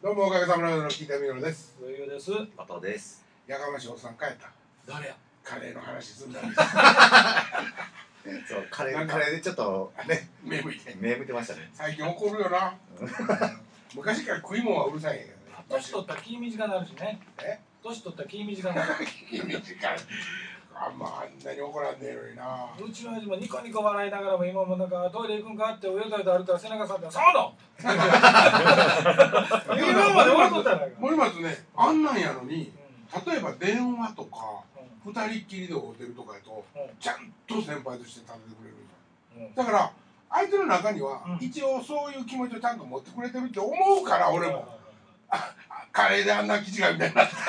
どうもおかげさまの聞いたみろです。 上与です。 加藤です。 やかましいおっさん帰った。 誰や。 カレーの話すんだんです。 そうカレーでちょっとね目向いてましたね。 最近怒るよな。昔から食い物はうるさいんやけどね。 年取ったら気短になるしね。年取ったら気短になる。 気短い。あんなに怒らんねえのにな。 うちの親父もニコニコ笑いながらも今もなんかトイレ行くんかって上と歩いたら背中さって「そうだ!」今まで笑っとったやないか。 森松ね、あんなんやのに、例えば電話とか二人っきりで会うてるとかやとちゃんと先輩として立ててくれるじゃん。だから相手の中には一応そういう気持ちをちゃんと持ってくれてるって思うから、俺もカレーであんな気違いみたいになって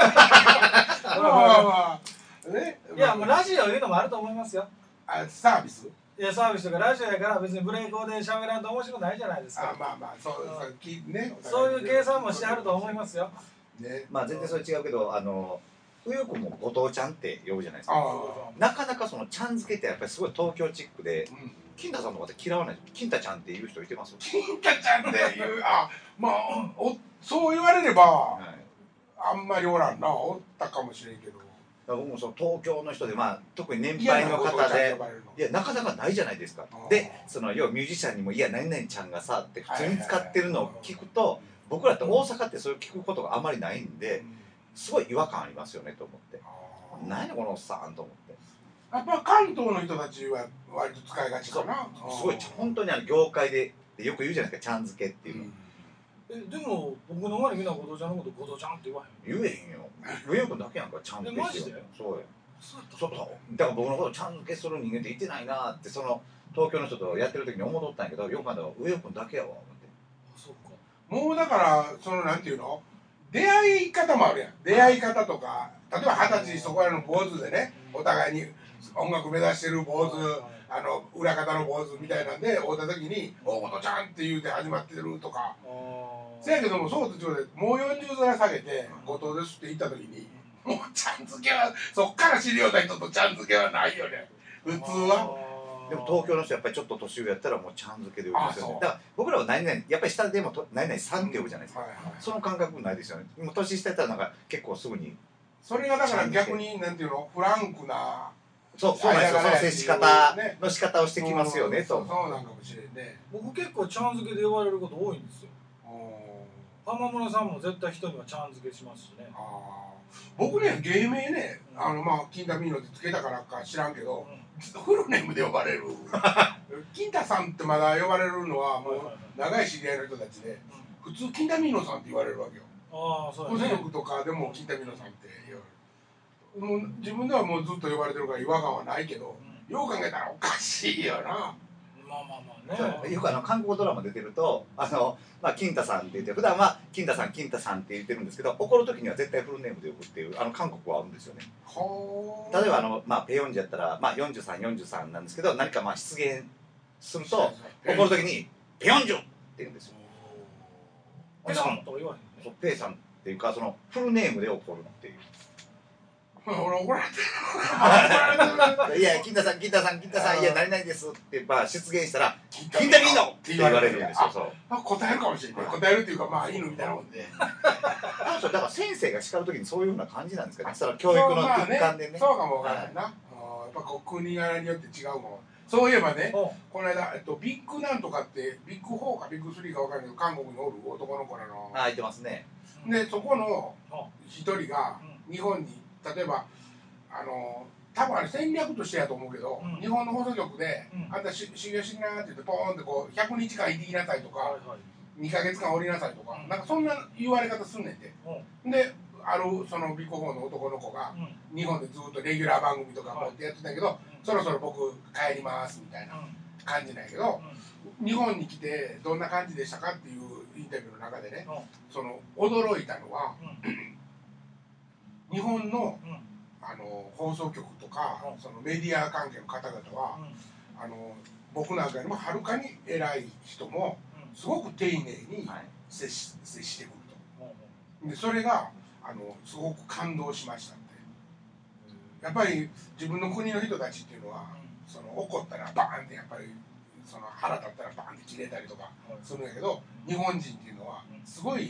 いやもうラジオいうのもあると思いますよ。 サービス、 いやサービスとかラジオやから別にブレイクで喋らんと面白くないじゃないですか。 まあそうね、 そういう計算もしてあると思いますよ。 まあ全然それ違うけど、うよくも後藤ちゃんって呼ぶじゃないですか。なかなかそのちゃん付けってやっぱりすごい東京チックで、金太さんの方って嫌わない。金太ちゃんって言う人いてます？ 金太ちゃんっていうまあそう言われればあんまりおらんな。おったかもしれんけど。 僕もその東京の人で、まあ特に年配の方で、いやなかなかないじゃないですか。でその要はミュージシャンにも「いや何々ちゃんがさ」って普通に使ってるのを聞くと、僕らって大阪ってそれを聞くことがあまりないんで、すごい違和感ありますよねと思って、何やこのおっさんと思って。 やっぱ関東の人たちは割と使いがちかな。 すごい本当に業界でよく言うじゃないですか、ちゃん付けっていうの。 でも僕の周りみんな後藤ちゃんのこと後藤ちゃんって言わへん。 言えへんよ。上横だけやんか、ちゃん付けしてよ。そうや。そうだから僕のことちゃん付けする人間っていてないなって、その東京の人とやってる時に思っとったんやけど、よく考えたら上横だけやわ思って。 そうか。 もうだからそのなんていうの、出会い方もあるやん。出会い方とか、例えば20歳そこらの坊主でね、お互いに音楽目指してる坊主、裏方の坊主みたいなんで会った時に「お後藤ちゃん」って言うて始まってるとか。せやけどもそうと違うで、もう40皿下げて「後藤です」って言った時に、もうちゃん付けはそっから知りようた人とちゃん付けはないよね、普通は。 でも東京の人やっぱりちょっと年上やったらもうちゃん付けで呼ぶんですよね。だから僕らは何々やっぱり下でも何々さんって呼ぶじゃないですか。その感覚ないですよね。もう年下やったらなんか結構すぐに。 それがだから逆になんていうの、フランクな。 そうなんですよ。その接し方の仕方をしてきますよねと。 そうなんかもしれんね。 僕結構ちゃん付けで呼ばれること多いんですよ。浜村さんも絶対人にはちゃん付けしますしね。 僕ね、芸名ね、金太ミーノってつけたからか知らんけど、フルネームで呼ばれる。金太さんってまだ呼ばれるのはもう長い知り合いの人たちで、普通金太ミーノさんって言われるわけよ。 そうですね。 家族とかでも金太ミーノさんって言われる。もう自分ではもうずっと呼ばれてるから違和感はないけど、よう考えたらおかしいよな。 ね、よく韓国ドラマ出てると金太さんって言って普段は金太さんって言ってるんですけど、怒る時には絶対フルネームで呼ぶっていう韓国はあるんですよね。例えばペヨンジやったら、43なんですけど、何か失言すると怒る時に「ペヨンジュ!」って言うんですよ。 ペさんとは言わへんね。 ペイさんっていうかそのフルネームで怒るっていう。 俺怒られてる。いや金太さんいや何々ですって出現したら「金太ミーノ!」って言われるんですよ。 答えるかもしれない。答えるっていうか犬みたいなもんで。 だから先生が叱る時にそういうふうな感じなんですかね。その教育の一環でね。 そうかもわからないな。やっぱ国柄によって違うもん。そういえばね、この間ビッグなんとかってビッグ4かビッグ3かわからないけど韓国におる男の子なの。 言ってますね。 でそこの一人が日本に例えば多分戦略としてやと思うけど、日本の放送局で「あんた修行しな」って言ってポーンってこう100日間行ってきなさいとか2ヶ月間おりなさいとか、なんかそんな言われ方すんねんて。でそのビッグ4の男の子が日本でずっとレギュラー番組とか持ってやってたけど、そろそろ僕帰りますみたいな感じなんやけど、日本に来てどんな感じでしたかっていうインタビューの中でね、その驚いたのは日本の放送局とかそのメディア関係の方々は僕なんかよりもはるかに偉い人もすごく丁寧に接してくると。でそれがすごく感動しましたって。やっぱり自分の国の人たちっていうのは怒ったらバーンってやっぱり腹立ったらバーンって切れたりとかするんやけど、日本人っていうのはすごい奥ゆ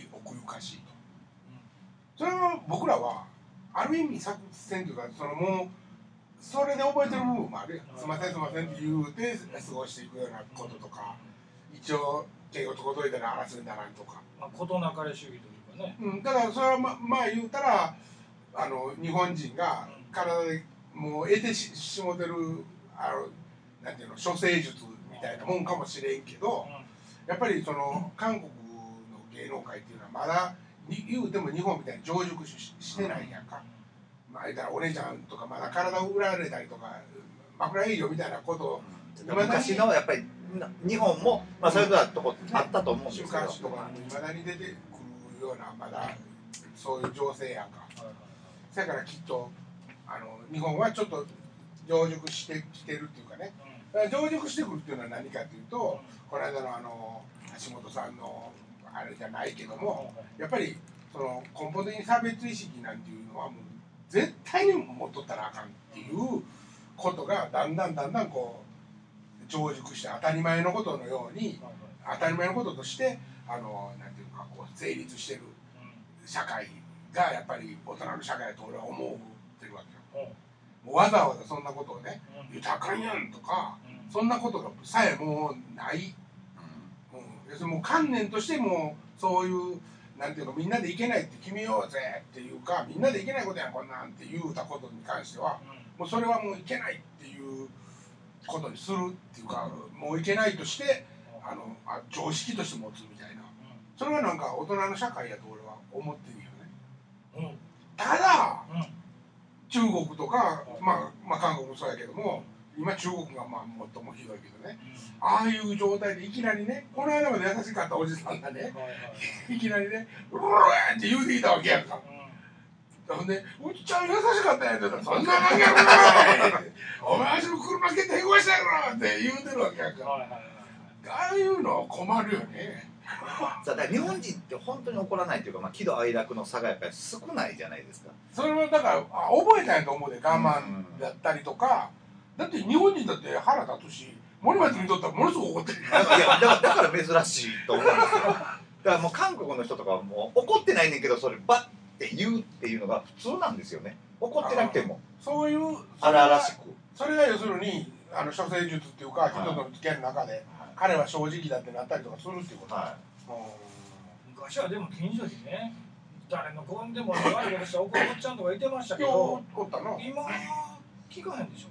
かしいと、それは僕らはある意味作戦というかもうそれで覚えてる部分もあるやん、すいませんすいませんって言うて過ごしていくようなこととか、一応敬語とこ届いたら争いにならんとか、 事なかれ主義というかね、 だからそれはまあ言うたら日本人が体でもう得てしもてるなんていうの処世術みたいなもんかもしれんけど、やっぱり韓国の芸能界っていうのはまだ言うても日本みたいに成熟してないやんか。まあ言ったらお姉ちゃんとかまだ体を売られたりとか枕営業みたいなことを昔のやっぱり日本もそういうとこあったと思うんですけど、 週刊誌とかに未だに出てくるようなまだそういう情勢やんか。だからきっと日本はちょっと成熟してきてるっていうかね、成熟してくるっていうのは何かっていうと、この間の橋本さんのあれじゃないけども、やっぱり根本的に差別意識なんていうのはもう絶対に持っとったらあかんっていうことがだんだんこう成熟して当たり前のことのように、当たり前のこととしてなんていうかこう成立してる社会がやっぱり大人の社会だと俺は思ってるわけよ。もうわざわざそんなことをね言うたらあかんやんとか、そんなことがさえもうない、要するにもう観念としてもうそういうなんていうかみんなでいけないって決めようぜっていうか、みんなでいけないことやんこんなんって言うたことに関しては、もうそれはもういけないっていうことにするっていうか、もういけないとして常識として持つみたいな、それはなんか大人の社会やと俺は思ってるよね。ただ、中国とか、まあ韓国もそうやけども、今中国が最もひどいけどね、ああいう状態でいきなりね、この間まで優しかったおじさんがね、いきなりね、うわーって言うてきたわけやんか。ほんで、うっちゃん優しかったやんって言ったら、そんなわけやろなお前足の車蹴ってへこしたやろなって言うてるわけやんか。ああいうのは困るよね。 だから日本人って本当に怒らないというか、喜怒哀楽の差がやっぱり少ないじゃないですか。 それはだから覚えたんやと思うで、我慢だったりとか、だって日本人だって腹立つし、森松にとったらものすごく怒ってる。いやだから珍しいと思うんですよ。だからもう韓国の人とかはもう怒ってないねんけど、それバッて言うっていうのが普通なんですよね。怒ってなくてもそういう荒々しく、それが要するに処世術っていうか人との付き合いの中で、彼は正直だってなったりとかするっていうこと。 昔はでも近所にね、誰の子でも悪いことしたら怒るおっちゃんとかいてましたけど、今聞かへんでしょ。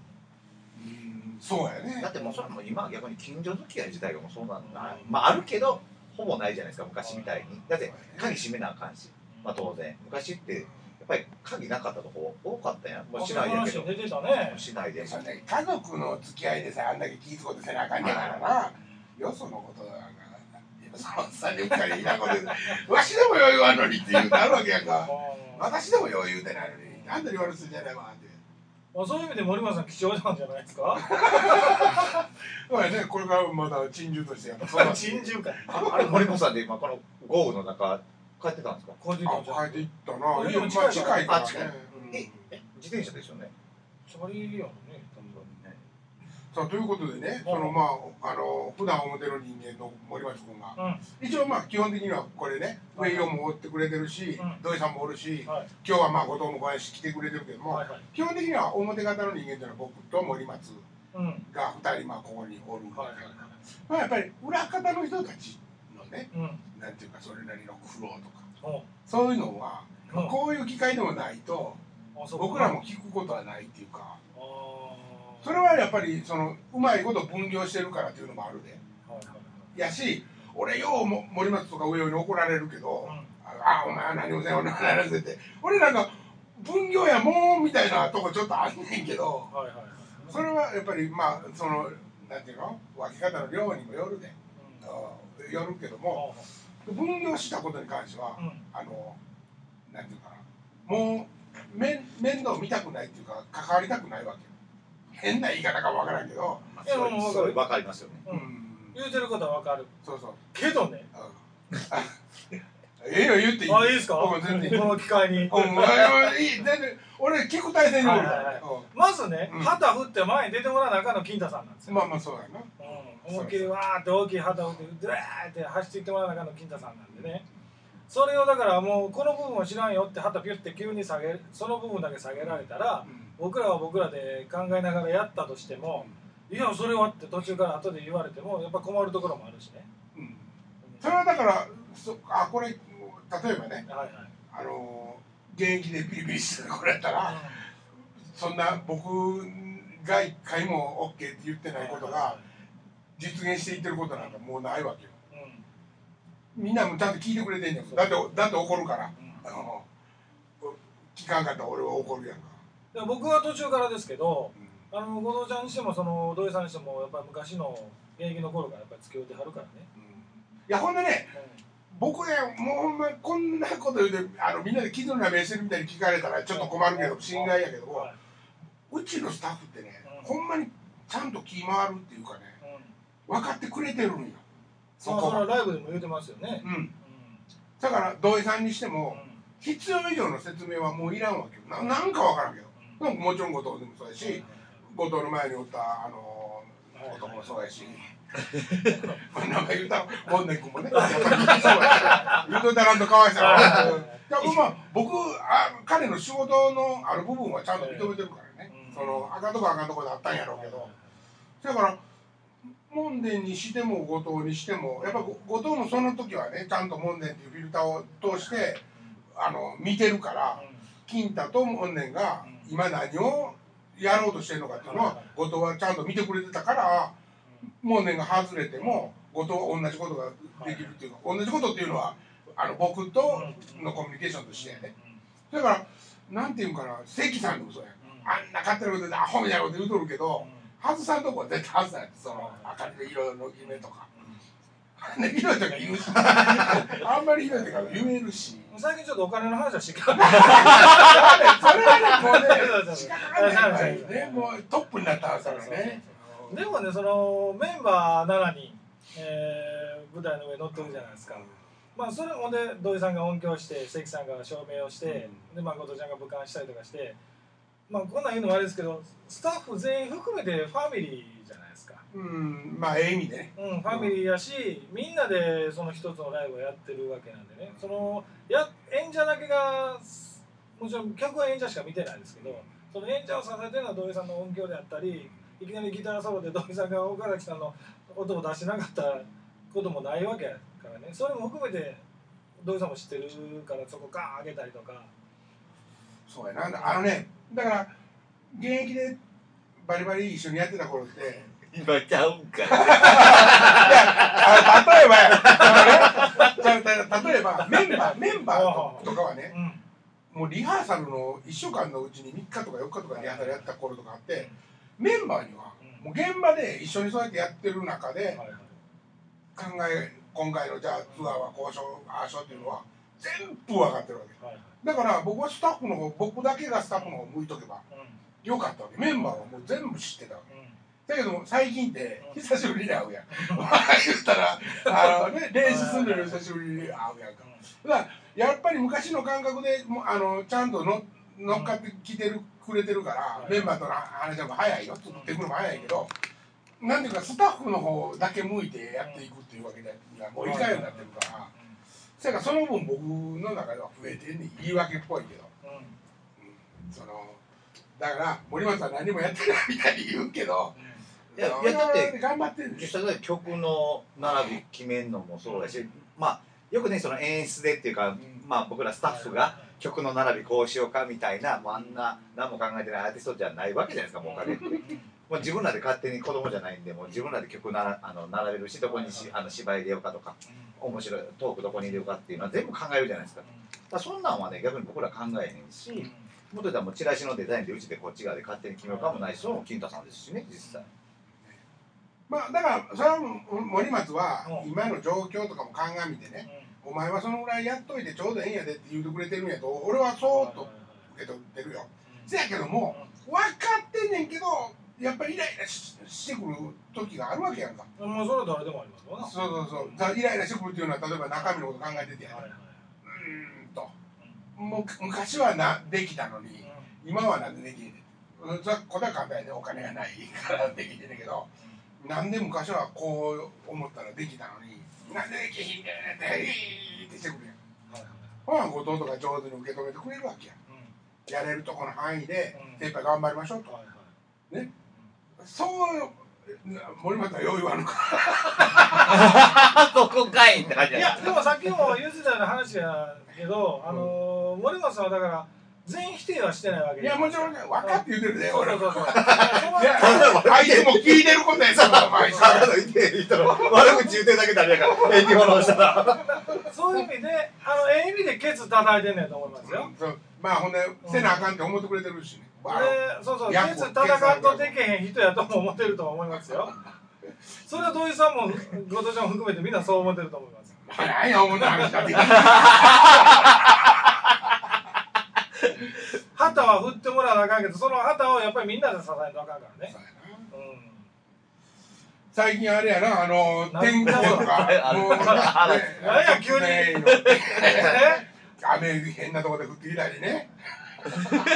そうやね。 だってもうそれも今逆に近所付き合い自体がもうそうなんだ、あるけどほぼないじゃないですか、昔みたいに。だって鍵閉めなあかんし、当然昔ってやっぱり鍵なかったとこ多かったやん。もう市内やけど、市内で家族の付き合いでさあんだけ気ぃ使ってせなあかんねやからな。よそのことだから3人2人いなことでわしでも余裕あんのにって言うてあるわけやんか。私でも余裕でないのにあんたに悪すんじゃないわって。 そういう意味で森松さん貴重なんじゃないですか。 そうやね、これからまだ珍獣としてやっぱ珍獣か。 あれ森本さんで今この豪雨の中帰ってたんですか。 帰っていったな。いや近いからね。 自転車ですよね。 チャリやね。 さあということでね、普段表の人間の森松君が、一応基本的にはこれね、上陽も追ってくれてるし、土井さんもおるし、今日は後藤もこうやし来てくれてるけども、基本的には表方の人間というのは僕と森松が2人ここにおるわけだから、やっぱり裏方の人たちのね、なんていうかそれなりの苦労とか、そういうのはこういう機会でもないと僕らも聞くことはないっていうか。それはやっぱりうまいこと分業してるからっていうのもあるで、やし、俺よう森松とか上に怒られるけど、あお前は何もせん俺は何もせんって俺なんか分業やもんみたいなとこちょっとあんねんけど、それはやっぱりなんていうの分け方の量にもよるで、よるけども、分業したことに関してはなんていうかな、もう面倒見たくないっていうか関わりたくないわけよ。変な言い方かもわからんけど、 それ分かりますよね。 言うてることは分かる。 そうそう。 けどね。 ええよ言っていい。 あ、いいですか。この機会に。 全然俺聞く体制におるから。 まずね、旗振って前に出てもらわなあかんの金太さんなんですよ。 そうやな。 思いっきりわーって大きい旗振ってドゥーって走っていってもらわなあかんの金太さんなんでね。 それをだからもうこの部分を知らんよって旗ピュって急に下げその部分だけ下げられたら、僕らは僕らで考えながらやったとしても、いやそれはって途中から後で言われてもやっぱ困るところもあるしね。 それはだからこれ例えばね、現役でピリピリしてこれやったら、そんな僕が一回も OK って言ってないことが実現していってることなんかもうないわけよ。みんなもちゃんと聞いてくれてんねん。だって怒るから、聞かんかったら俺は怒るやんか。 僕は途中からですけど、後藤ちゃんにしても土井さんにしてもやっぱり昔の現役の頃からやっぱり付き合うてはるからね。 いやほんでね、僕ねもうほんまこんなこと言うてみんなで傷のな目してるみたいに聞かれたらちょっと困るけど心外やけども、うちのスタッフってね、ほんまにちゃんと気回るっていうかね、分かってくれてるんよ。 それはライブでも言うてますよね。 だから土井さんにしても必要以上の説明はもういらんわけよ。なんか分からんけど、もちろん後藤でもそうやし、後藤の前におった男もそうやし、名前言うたらモンネ君もね、言うといたらんとかわいそうやろ。僕彼の仕事のある部分はちゃんと認めてるからね。あかんとこあかんとこであったんやろうけど、だから門殿にしても後藤にしてもやっぱ後藤もその時はねちゃんと門殿っていうフィルターを通して見てるから、金太と門殿が今何をやろうとしてるのかっていうのは後藤はちゃんと見てくれてたから、門殿が外れても後藤は同じことができるっていうか、同じことっていうのは僕とのコミュニケーションとしてやね。だからなんていうんかな、関さんでもそうや、あんな勝手なことでアホみたいなこと言うとるけど、外さんとこは絶対外さないって、明かりの色の決めとか色とか言うしあんまり色とか言えるし、 最近ちょっとお金の話はしてそれはねもうね仕方がないね、もうトップになったからね。 でもね、メンバー7人、舞台の上に乗ってるじゃないですか。それもで土井さんが音響して関さんが照明をして、で後藤ちゃんが舞監したりとかして、こんなん言うのもあれですけど、スタッフ全員含めてファミリーじゃないですか。 ええ意味でね。 ファミリーやし、みんなでその一つのライブをやってるわけなんでね。演者だけが、もちろん客は演者しか見てないですけど、その演者を支えてるのは土井さんの音響であったり、いきなりギターソロで土井さんが岡崎さんの音を出してなかったこともないわけやからね。それも含めて土井さんも知ってるからそこガーン上げたりとか。そうやな、 だから現役でバリバリ一緒にやってた頃って今ちゃうんかい。 例えばメンバーとかはね、もうリハーサルの1週間のうちに3日とか4日とかリハーサルやった頃とかあって、メンバーにはもう現場で一緒にそうやってやってる中で今回のじゃあツアーはこうしようああしようっていうのは全部分かってるわけ。だから僕はスタッフの方、僕だけがスタッフの方向いとけばよかったわけ。メンバーはもう全部知ってたわけ。だけども最近って久しぶりに会うやん。言ったら練習すんでる久しぶりに会うやんか。だからやっぱり昔の感覚でちゃんと乗っかってきてくれてるから、メンバーとの話も早いよ、作っていくのも早いけど、なんていうかスタッフの方だけ向いてやっていくっていうわけではもういかんようになってるから、それからその分僕の中では増えてんねん。言い訳っぽいけど、だから森松は何もやってないみたいに言うけど、 いやだって頑張ってるんです。実際曲の並び決めるのもそうだし、よくねその演出でっていうか、僕らスタッフが曲の並びこうしようかみたいな、あんな何も考えてないアーティストじゃないわけじゃないですか、もうおかげって。もう自分らで勝手に子供じゃないんで、もう自分らで曲並べるし、どこに芝居入れようかとか、面白いトークどこに入れようかっていうのは全部考えるじゃないですか。だからそんなんはね逆に僕ら考えへんし、もっと言ったらもうチラシのデザインでうちでこっち側で勝手に決めようかもないし、その金太さんですしね実際。 だからそれは森松は今の状況とかも鑑みてね、お前はそのぐらいやっといてちょうどええんやでって言うてくれてるんやと俺はそうと受け取ってるよ。せやけども分かってんねんけど、やっぱりイライラしてくる時があるわけやんか。 それは誰でもありますわな。 そうイライラしてくるっていうのは例えば中身のこと考えててやね、もう昔はできたのに今はなんでできねえ。それは答え簡単やね、お金がないからできてんねんけど、なんで昔はこう思ったらできたのになんでできひんねんってしてくるやん。 ほな後藤とか上手に受け止めてくれるわけや、やれるとこの範囲で精一杯頑張りましょうと、ね、そう森松はよう言わんのかそこかいって感じ。 いやでもさっきも言ってたような話やけど、森松さんはだから全否定はしてないわけいやもちろんね、分かって言ってるね、俺。 そう相手も聞いてることやから、毎日。 悪口言うてるだけだねやから、日本のしたら。 そういう意味で、ええ意味でケツ叩いてんねんと思いますよ。 まあほんで、せなあかんって思ってくれてるしね。 そうそう、ケツ叩かんとでけへん人やとも思ってると思いますよ。それは土井さんも後藤ちゃんも含めてみんなそう思ってると思います。 何や思った話だって。 旗は振ってもらわなあかんけど、その旗をやっぱりみんなで支えなあかんからね。 最近あれやな、天候とか、もう、 何や急に。 雨変なとこで降ってきたりね。 そんな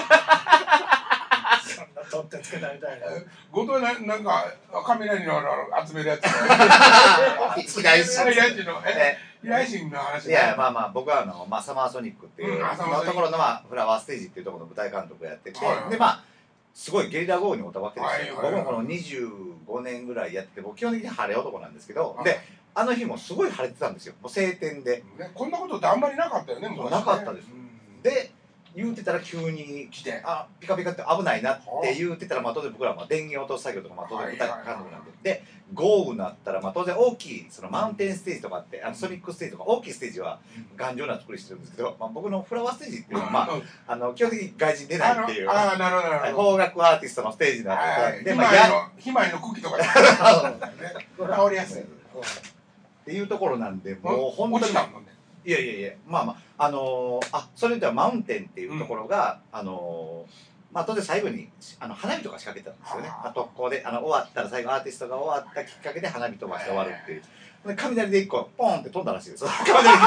取ってつけたみたいな。 後藤なんか雷の集めるやつ。 平井心の話。 いやまあまあ僕はサマーソニックっていうところのフラワーステージっていうところの舞台監督をやってて、でまあすごいゲリラ豪雨に遭ったわけですよ。僕もこの25年ぐらいやってて、僕基本的に晴れ男なんですけど、であの日もすごい晴れてたんですよ。もう晴天で。 こんなことってあんまりなかったよね。 なかったです。で言うてたら急に来て、ピカピカって危ないなって言うてたら、当然僕らは電源落とす作業とか当然舞台監督なんで、で豪雨になったら当然大きいそのマウンテンステージとかってソニックステージとか大きいステージは頑丈な作りしてるんですけど、僕のフラワーステージっていうのは基本的に外人出ないっていう邦楽アーティストのステージになってて、 ひまわりの茎とか香りやすいっていうところなんで、もう本当にいやそれではマウンテンっていうところが当然最後に花火とか仕掛けたんですよね。特攻で終わったら最後アーティストが終わったきっかけで花火飛ばして終わるっていう。雷で1個ポンって飛んだらしいです。雷で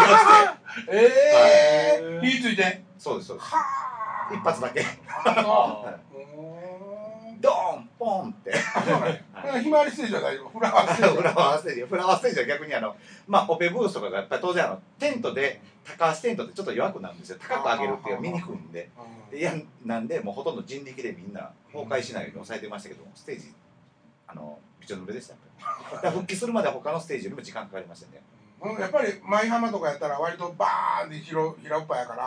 火ついて。 そうですそうです。一発だけ。ドーンポンって。 ひまわりステージは大丈夫。フラワーステージ。 フラワーステージは逆にオペブースとかがやっぱり当然テントで高橋テントってちょっと弱くなるんですよ。高く上げるっていう見にくいんで。なんでもうほとんど人力でみんな崩壊しないように抑えてましたけど、ステージびちょ濡れでした。復帰するまで他のステージよりも時間かかりましたね。 やっぱり舞浜とかやったら割とバーンって平っぱやから、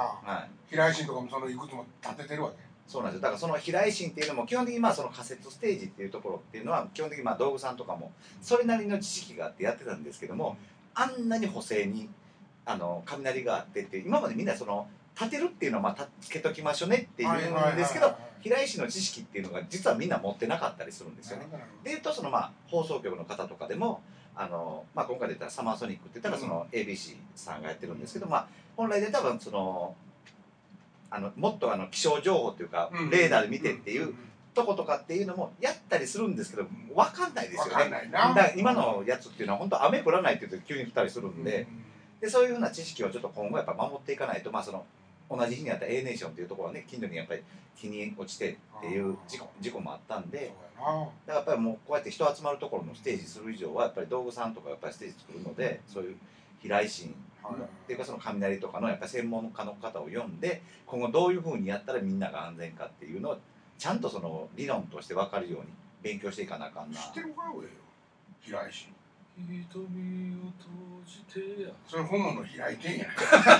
平井心とかもそのいくつも立ててるわけ。 そうなんですよ。だからその平井心っていうのも基本的にその仮設ステージっていうところっていうのは基本的に道具さんとかもそれなりの知識があってやってたんですけども、あんなに補正に雷があってって今までみんなその立てるっていうのはつけときましょうねっていうんですけど、平井氏の知識っていうのが実はみんな持ってなかったりするんですよね。でいうとその放送局の方とかでも今回で言ったらサマーソニックって言ったらその ABC さんがやってるんですけど、本来で多分そのもっと気象情報というかレーダーで見てっていうとことかっていうのもやったりするんですけど分かんないですよね。だから今のやつっていうのは本当雨降らないって言うと急に降ったりするんで、そういうふうな知識をちょっと今後やっぱ守っていかないと、その同じ日にあった A ネーションっていうところはね、近所にやっぱり日に落ちてっていう事故もあったんで、だからやっぱりもうこうやって人集まるところのステージする以上はやっぱり道具さんとかやっぱりステージ作るので、そういう平井心っていうかその雷とかのやっぱり専門家の方を呼んで、今後どういうふうにやったらみんなが安全かっていうのをちゃんとその理論として分かるように勉強していかなあかんな。 知ってるか上よ平井心。 瞳を閉じてや。 それ本物開いてんやない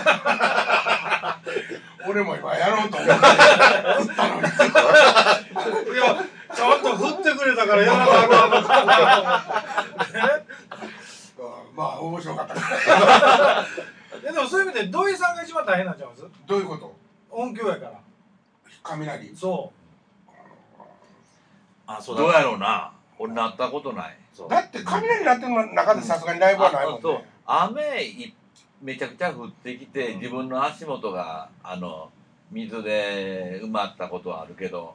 俺も今やろうと思って振ったのにいやちゃんと振ってくれたからやらなあかん面白かったでもそういう意味で土井さんが一番大変なんちゃいます？ どういうこと？ 音響やから雷？ そうどうやろうな、俺なったことない。 だって雷鳴ってる中でさすがにライブはないもんね。 雨めちゃくちゃ降ってきて、自分の足元が水で埋まったことはあるけど、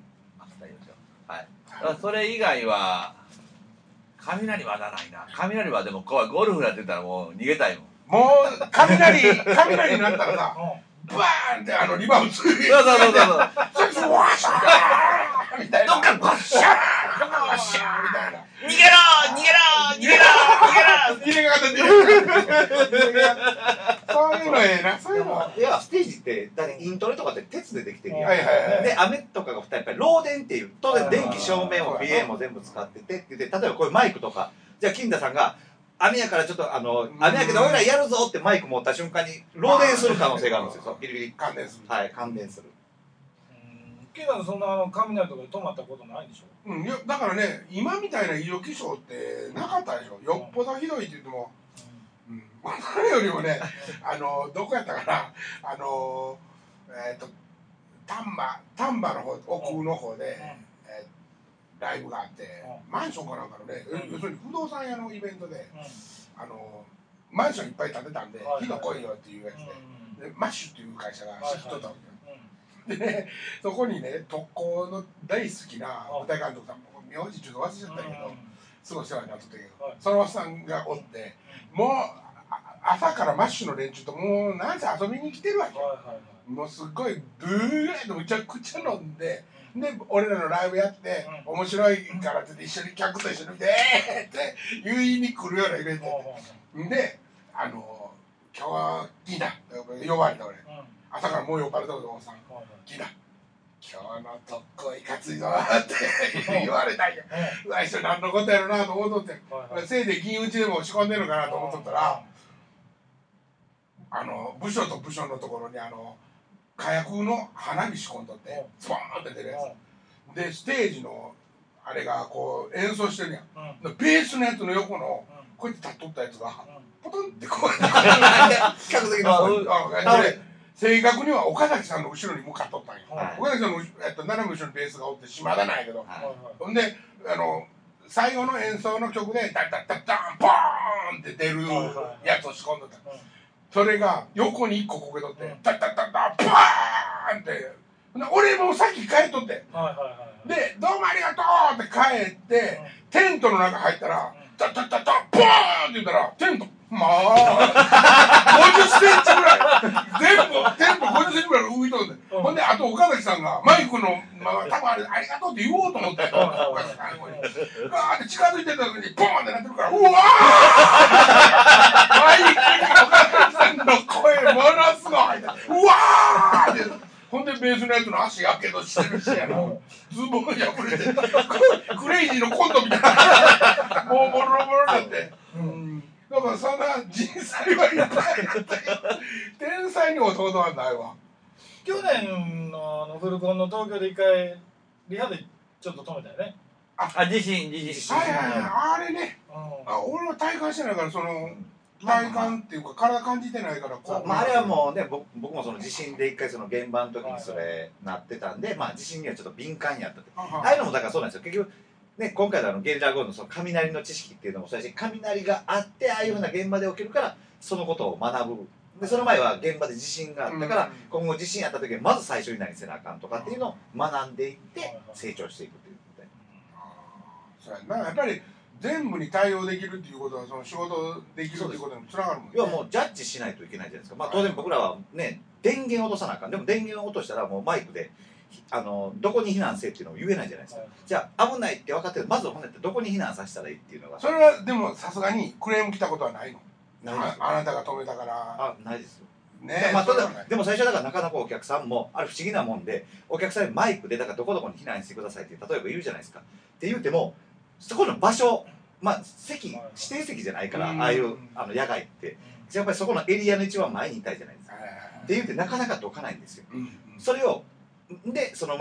それ以外は雷はならないな。雷はでも怖い。ゴルフやってたらもう逃げたいもん。 もう雷になったらさバーンってリバウンドする。 そうそれワシャーみたいな。 どっかバッシャーバッシャーみたいな。 逃げろ逃げろ逃げろ逃げろ逃げがかった逃げがかった。 そういうのええな、そういうの。 いや、ステージってだってイントロとかって鉄でできてるやん。 はいはいはい。 で雨とかが降ったらやっぱり漏電っていう当然電気照明も PA も全部使っててって言って、例えばこういうマイクとかじゃあ金田さんが雨やからちょっと雨やけど俺らやるぞってマイク持った瞬間に漏電する可能性があるんですよ。ビリビリ感電する。 はい、感電する。 金田さんそんな雷とかで止まったことないんでしょ。 いやだからね、今みたいな異常気象ってなかったでしょ。よっぽどひどいって言っても、それよりもね、どこやったかな、丹波の方、奥の方で、ライブがあって、マンションかなんかのね、要するに不動産屋のイベントで、マンションいっぱい建てたんで、火が来いよっていうやつで、マッシュっていう会社が知っとったわけよ。でね、そこにね、特攻の大好きな舞台監督さん、名字ちょっと忘れちゃったけど、すごい世話になってたけど、そのおっさんがおって、もう朝からマッシュの連中ともうなんせ遊びに来てるわけよ。もうすっごいブーッとむちゃくちゃ飲んで、で俺らのライブやって面白いからって一緒に客と一緒に見てって言いに来るようなイベントで、今日はギーだ呼ばれた俺、朝からもう酔っ払ったことおっさん、ギーだ今日の特攻いかついぞって言われたんや。うわ一緒何のことやろなと思っとって、せいで銀打ちでも仕込んでるのかなと思っとったら、部署と部署のところに火薬の花火仕込んどってスポーンって出るやつで、ステージのあれがこう演奏してるやん、ベースのやつの横のこうやって立っとったやつがポトンってこう客席の正確には岡崎さんの後ろに向かっとったんや。岡崎さんの斜め後ろにベースがおって島田なんやけど、ほんで最後の演奏の曲でダッダッダッダンボーンって出るやつを仕込んどった。それが横に1個こけとって、ダッダッダッダッバーンって、俺もうさっき帰っとって、で、どうもありがとうって帰って、テントの中入ったら、ダッダッダッダッボーンって言ったら、テント、まあ、50センチぐらい、全部、テント50センチぐらい浮いとんで、ほんで、あと岡崎さんがマイクの、多分あれ、ありがとうって言おうと思って、岡崎さんに、ガーって近づいてた時に、ボーンってなってるから、うわーマイクに岡崎さんの声ものすごい入って、うわーって、ほんでベースのやつの足やけどしてるしやな、ズボン破れて、クレイジーのコントみたいな、もうボロボロになって。だからそんな人才はいっぱいあったけど、天才に弟はないわ。 去年のフルコンの東京で一回リハでちょっと止めたよね。 地震はいはいはい、あれね、俺は体感してないから、その体感っていうか体感じてないからこう、 あれはもうね、僕もその地震で一回その現場の時にそれなってたんで、地震にはちょっと敏感にやったって、ああいうのもだからそうなんですよ。結局ね、今回のゲリラ豪雨のその雷の知識っていうのもそうだし、雷があってああいうふうな現場で起きるからそのことを学ぶ。でその前は現場で地震があったから、今後地震あった時はまず最初に何せなあかんとかっていうのを学んでいって成長していくっていうことで。 そうやな、やっぱり全部に対応できるっていうことはその仕事できるっていうことにもつながるもんね。 要はもうジャッジしないといけないじゃないですか。当然僕らはね、電源を落とさなあかん。でも電源を落としたらもうマイクでどこに避難せっていうのを言えないじゃないですか。じゃあ危ないって分かってる、まずほんでどこに避難させたらいいっていうのが。 それはでもさすがにクレーム来たことはないの？ ないですよ。 あなたが止めたから。 ないですよ。 ね、 でも最初だからなかなかお客さんもあれ不思議なもんで、お客さんにマイクでだからどこどこに避難してくださいって例えば言うじゃないですか。って言うてもそこの場所、席指定席じゃないから、ああいう野外ってやっぱりそこのエリアの一番前にいたいじゃないですか。って言うてなかなかどかないんですよ。それをでその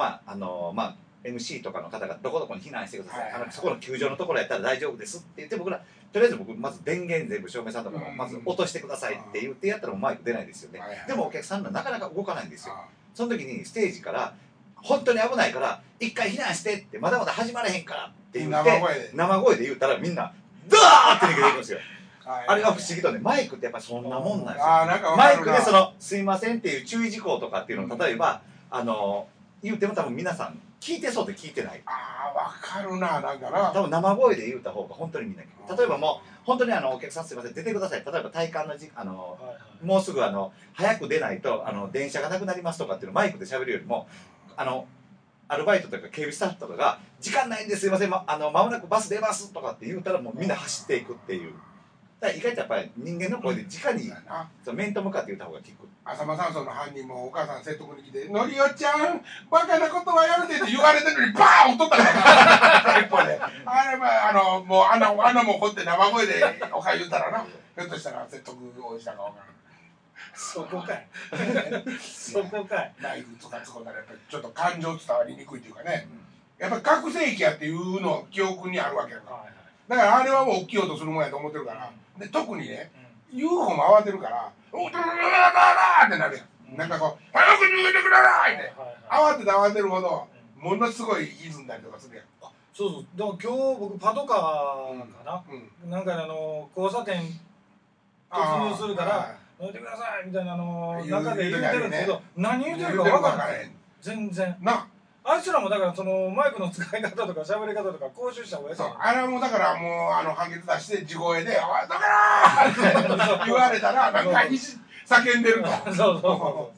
MC とかの方がどこどこに避難してください、そこの球場のところやったら大丈夫ですって言って、僕らとりあえずまず電源全部照明さんとかもまず落としてくださいって言ってやったらもうマイク出ないですよね。でもお客さんがなかなか動かないんですよ。その時にステージから本当に危ないから一回避難してって、まだまだ始まれへんからって言って生声で言ったらみんなドーって逃げていくんですよ。あれが不思議とね、マイクってやっぱりそんなもんなんですよ。マイクでそのすいませんっていう注意事項とかっていうのを例えば言うても多分皆さん聞いてそうで聞いてない。 分かるな、なんかな。 多分生声で言うた方が本当にみんな聞く。例えばもう本当にお客さんすいません出てください、例えば体感のもうすぐ早く出ないと電車がなくなりますとかっていうのをマイクで喋るよりもアルバイトとか警備スタッフとかが時間ないんですすいません、間もなくバス出ますとかって言うたらもうみんな走っていくっていう。 だから意外とやっぱり人間の声で直に面と向かって言った方が効く。 浅間山荘の犯人もお母さん説得に来て「のりおちゃんバカなことはやめて」って言われてるのにバーン落とったから一歩であれはもう穴も掘って生声でおかゆ言うたらなひょっとしたら説得をしたかわからん。 そこかいそこかい。 ナイフとか使うたらやっぱりちょっと感情伝わりにくいっていうかね、やっぱり拡声器やっていうのは記憶にあるわけやから、だからあれはもう起きようとするもんやと思ってるから、で特にね、UFO も慌てるから「おっとってなるやん。なんかこう「早く逃げてください!」って慌てるほどものすごい歪んだりとかするやん。 そうそう。でも今日僕パトカーかな、なんか交差点突入するから乗ってくださいみたいな中で言うてるんですけど、何言うてるか分からない。全然あいつらもだからそのマイクの使い方とか喋り方とか講習した方がいい。 そう、あれはもうだからもう判決出して地声で「おいだからー!」って言われたらなんか叫んでると。 そうそうそう。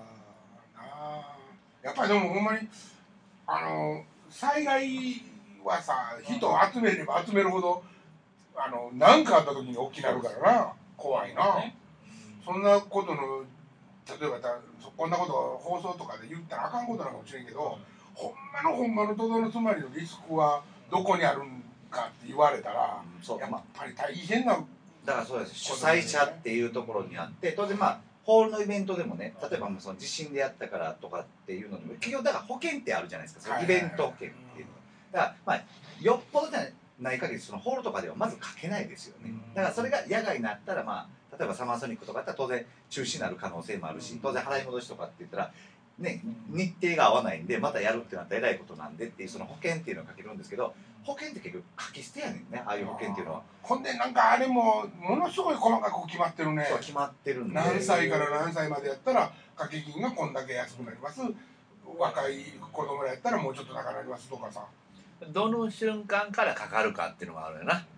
やっぱりでもほんまに災害はさ、人を集めれば集めるほど何かあった時に大きくなるからな、怖いな。そんなことの例えばこんなことを放送とかで言ったらあかんことなのかもしれんけど、ほんまのとどのつまりのリスクはどこにあるんかって言われたら、やっぱり大変な。 だからそうです、主催者っていうところにあって、当然ホールのイベントでもね、例えばその地震でやったからとかっていうのでも結局だから保険ってあるじゃないですか、イベント保険っていうのだからよっぽどじゃない限りそのホールとかではまず書けないですよね。だからそれが野外になったら例えばサマーソニックとかだったら当然中止になる可能性もあるし、当然払い戻しとかって言ったらね、日程が合わないんでまたやるってなったらえらいことなんでっていうその保険っていうのをかけるんですけど、保険って結局書き捨てやねんね、ああいう保険っていうのは。 ほんでなんかあれもものすごい細かく決まってるね。 そう決まってるんで、 何歳から何歳までやったら掛け金がこんだけ安くなります、若い子供らやったらもうちょっと高くなりますとかさ、 どの瞬間からかかるかっていうのがあるよな。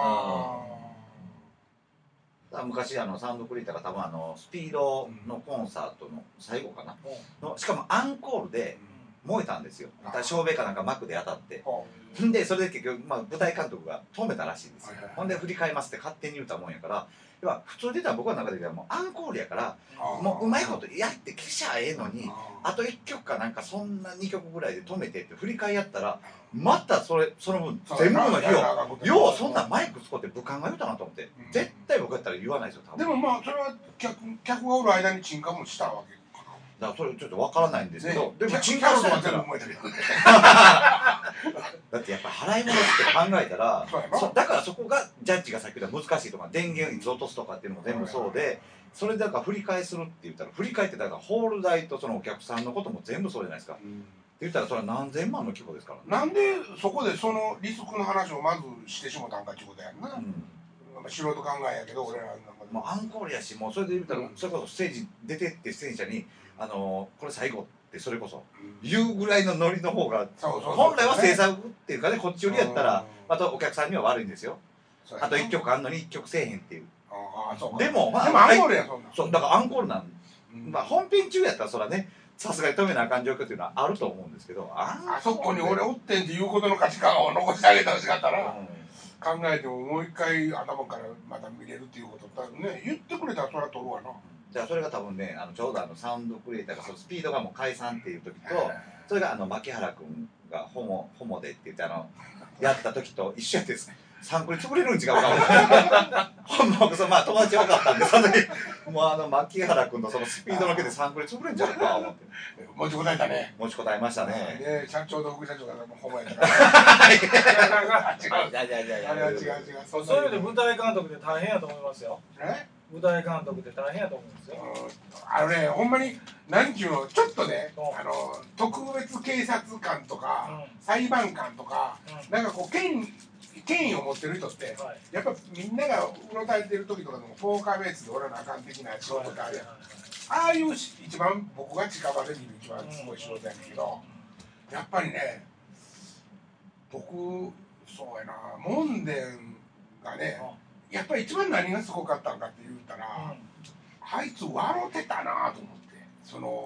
昔サウンドクリエイターが多分スピードのコンサートの最後かなの、しかもアンコールで燃えたんですよ。照明かなんか幕で当たって、でそれで結局舞台監督が止めたらしいんですよ。ほんで振り返りますって勝手に言うたもんやから、普通で言ったら僕の中ではもうアンコールやからもううまいことやって消しゃええのに、あと1曲かなんかそんな2曲ぐらいで止めてって振り返やったらまたその分全部の費用、ようそんなマイク使って武漢が言うたなと思って、絶対僕やったら言わないですよ多分。 でもそれは客がおる間に沈下もしたわけかな。だからそれちょっとわからないんですけど、 でも沈下のは全部燃えたけどね。 だってやっぱ払い戻しって考えたらだからそこがジャッジがさっき言った難しいとか、電源いつ落とすとかっていうのも全部そうで、それだから振り替えするって言ったら振り替えってだからホール代とそのお客さんのことも全部そうじゃないですか。って言ったらそれは何千万の規模ですからね。 なんでそこでそのリスクの話をまずしてしもたんかっていうことやんな。素人考えやけど俺らなんかもうアンコールやし、もうそれで言ったらそれこそステージ出てって出演者にこれ最後ってそれこそ言うぐらいのノリの方が本来は制作っていうかね、こっちよりやったらまたお客さんには悪いんですよ。あと1曲あんのに1曲せえへんっていう。でもアンコールやそんな。 そうだからアンコールなん本編中やったらそらねさすがに止めなあかん状況っていうのはあると思うんですけど、 あそこに俺おってんっていうことの価値観を残してあげてほしかったら、考えてももう一回頭からまた見れるっていうことだね。言ってくれたらそれは取るわな。 じゃあそれが多分ねちょうどサウンドクリエイターがそのスピードがもう解散っていう時と、それが牧原君がホモでって言ってやった時と一緒やってですね。サンクリ潰れるん違うかほんま僕友達多かったんでその時もう牧原君のそのスピードの毛でサンクリ潰れんじゃうか思って持ちこたえたね。 持ちこたえましたね。 で社長と副社長がホモやったから違うあれは違うそういう意味で舞台監督って大変やと思いますよ。舞台監督って大変やと思うんですよ。 ほんまに何ちゅうのちょっとね特別警察官とか裁判官とかなんかこう権威を持ってる人って、やっぱみんながうろたえてる時とかでもポーカーベースでおらなあかん的な仕事ってあるやん。ああいう一番僕が近場で見る一番すごい仕事やねんけど、やっぱりね僕そうやな門田がねやっぱり一番何がすごかったんかって言ったら、あいつ笑ってたなと思って、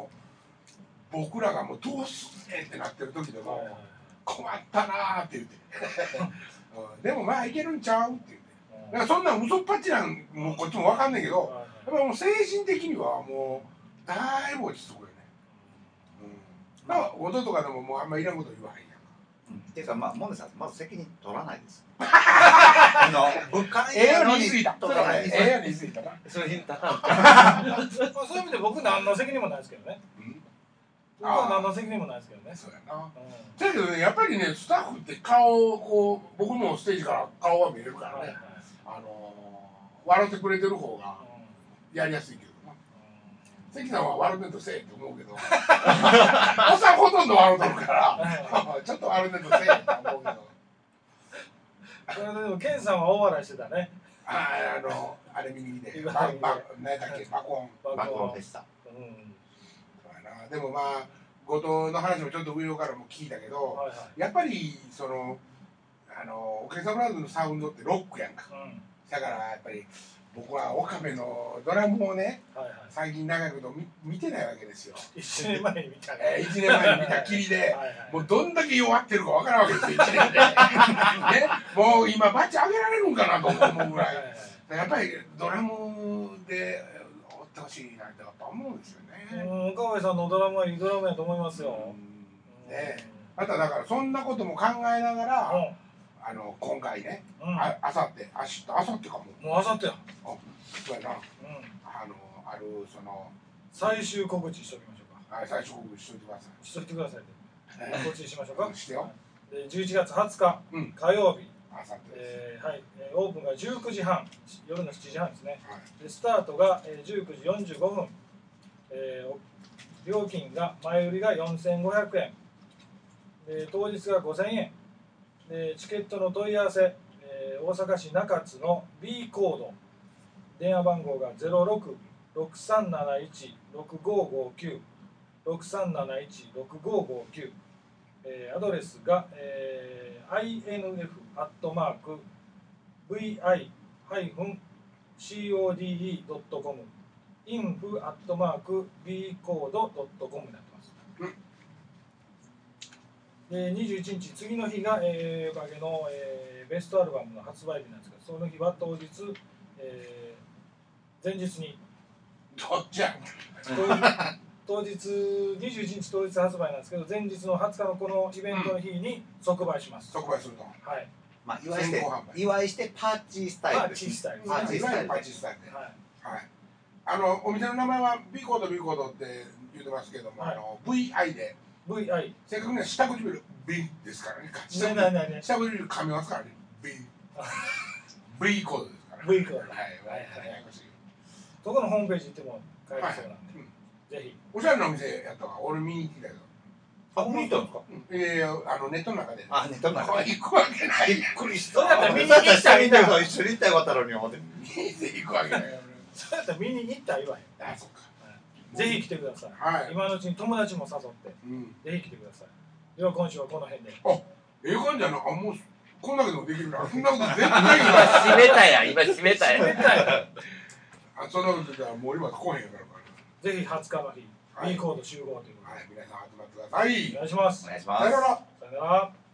僕らがもうどうすんねんってなってる時でも困ったなって言ってでもまあいけるんちゃうって言ってだからそんなん嘘っぱちなんもうこっちも分かんないけど、やっぱもう精神的にはもうだいぶ落ち着くよね。だから弟とかでももうあんまりいらんこと言わへんやんか。 っていうかまあモネさんまず責任取らないです。物価ええように言い過ぎた。 取らない。 ええように言い過ぎたな。 それ言ったらそういう意味で僕何の責任もないですけどね。僕は何の責任もないですけどね。 そうやな。だけどね、やっぱりね、スタッフって顔をこう、僕もステージから顔は見えるからね、笑ってくれてる方がやりやすいけどな。関さんは笑ってんとせえって思うけど、おっさんほとんど笑うとるから、ちょっと笑ってんとせえって思うけど。 それでもケンさんは大笑いしてたね。 あれ見に来て、何やったっけ、バコンフェスタ。 でもまあ後藤の話もちょっと上からも聞いたけど、やっぱりそのオケサブラザーズのサウンドってロックやんか、だからやっぱり僕は岡部のドラムをね、最近長いこと見てないわけですよ。 1年前に見たね。1年前に見たきりでもうどんだけ弱ってるかわからんわけですよ、1年で、ね、もう今バッチ上げられるんかなと思うぐらいやっぱりドラムで追ってほしいなってやっぱ思うんですよね。 岡部さんのドラムはいいドラムやと思いますよ。 まただからそんなことも考えながら、今回ね、あさってかも。 もうあさってや。 そうやな。あるその最終告知しときましょうか。 最終告知しといてください。 しといてください。告知しましょうか。 してよ。 11月20日火曜日。はい、オープンが19時半、夜の7時半ですね。でスタートが19時45分。料金が前売りが4500円、当日が5000円で、チケットの問い合わせ、大阪市中津の B コード、電話番号が 06-6371-6559 6371-6559、アドレスが、info-vi-code.com info@bcode.com になってます。で21日、次の日が、おかげの、ベストアルバムの発売日なんですけど、その日は当日、前日にどっちや当日21日当日発売なんですけど、前日の20日のこのイベントの日に即売します。 即売すると。 はい。 まあ祝いしてパーチースタイル。 パーチースタイル。 パーチースタイルで。はい。お店の名前は B コードって言ってますけども、VI で VI 正確には下唇 B ですからね。下唇噛みますからね。B コードですから。 V コード。 はい。 そこのホームページ行っても買えるそうなんで、ぜひ。 おしゃれなお店やったから俺見に行ってたけど。 見に行ったんですか？ いやいや、ネットの中で。 ネットの中で。 行くわけない。 びっくりした。 そうやったら見に行ったらいいんだよ。 一緒に行ったらよかったのに思って。 見に行くわけないよ。 そうやったら見に行ったらいいわよ。 そっか。 ぜひ来てください。今のうちに友達も誘って、ぜひ来てください。では今週はこの辺で。 ええ感じやな。もうこんだけでもできるな。そんなこと絶対今閉めたや。 そんなことはもう今来へんやから。 ぜひ20日の日、B コード集合ということで。 皆さん集まってください。 お願いします。 お願いします。 さよなら。 さよなら。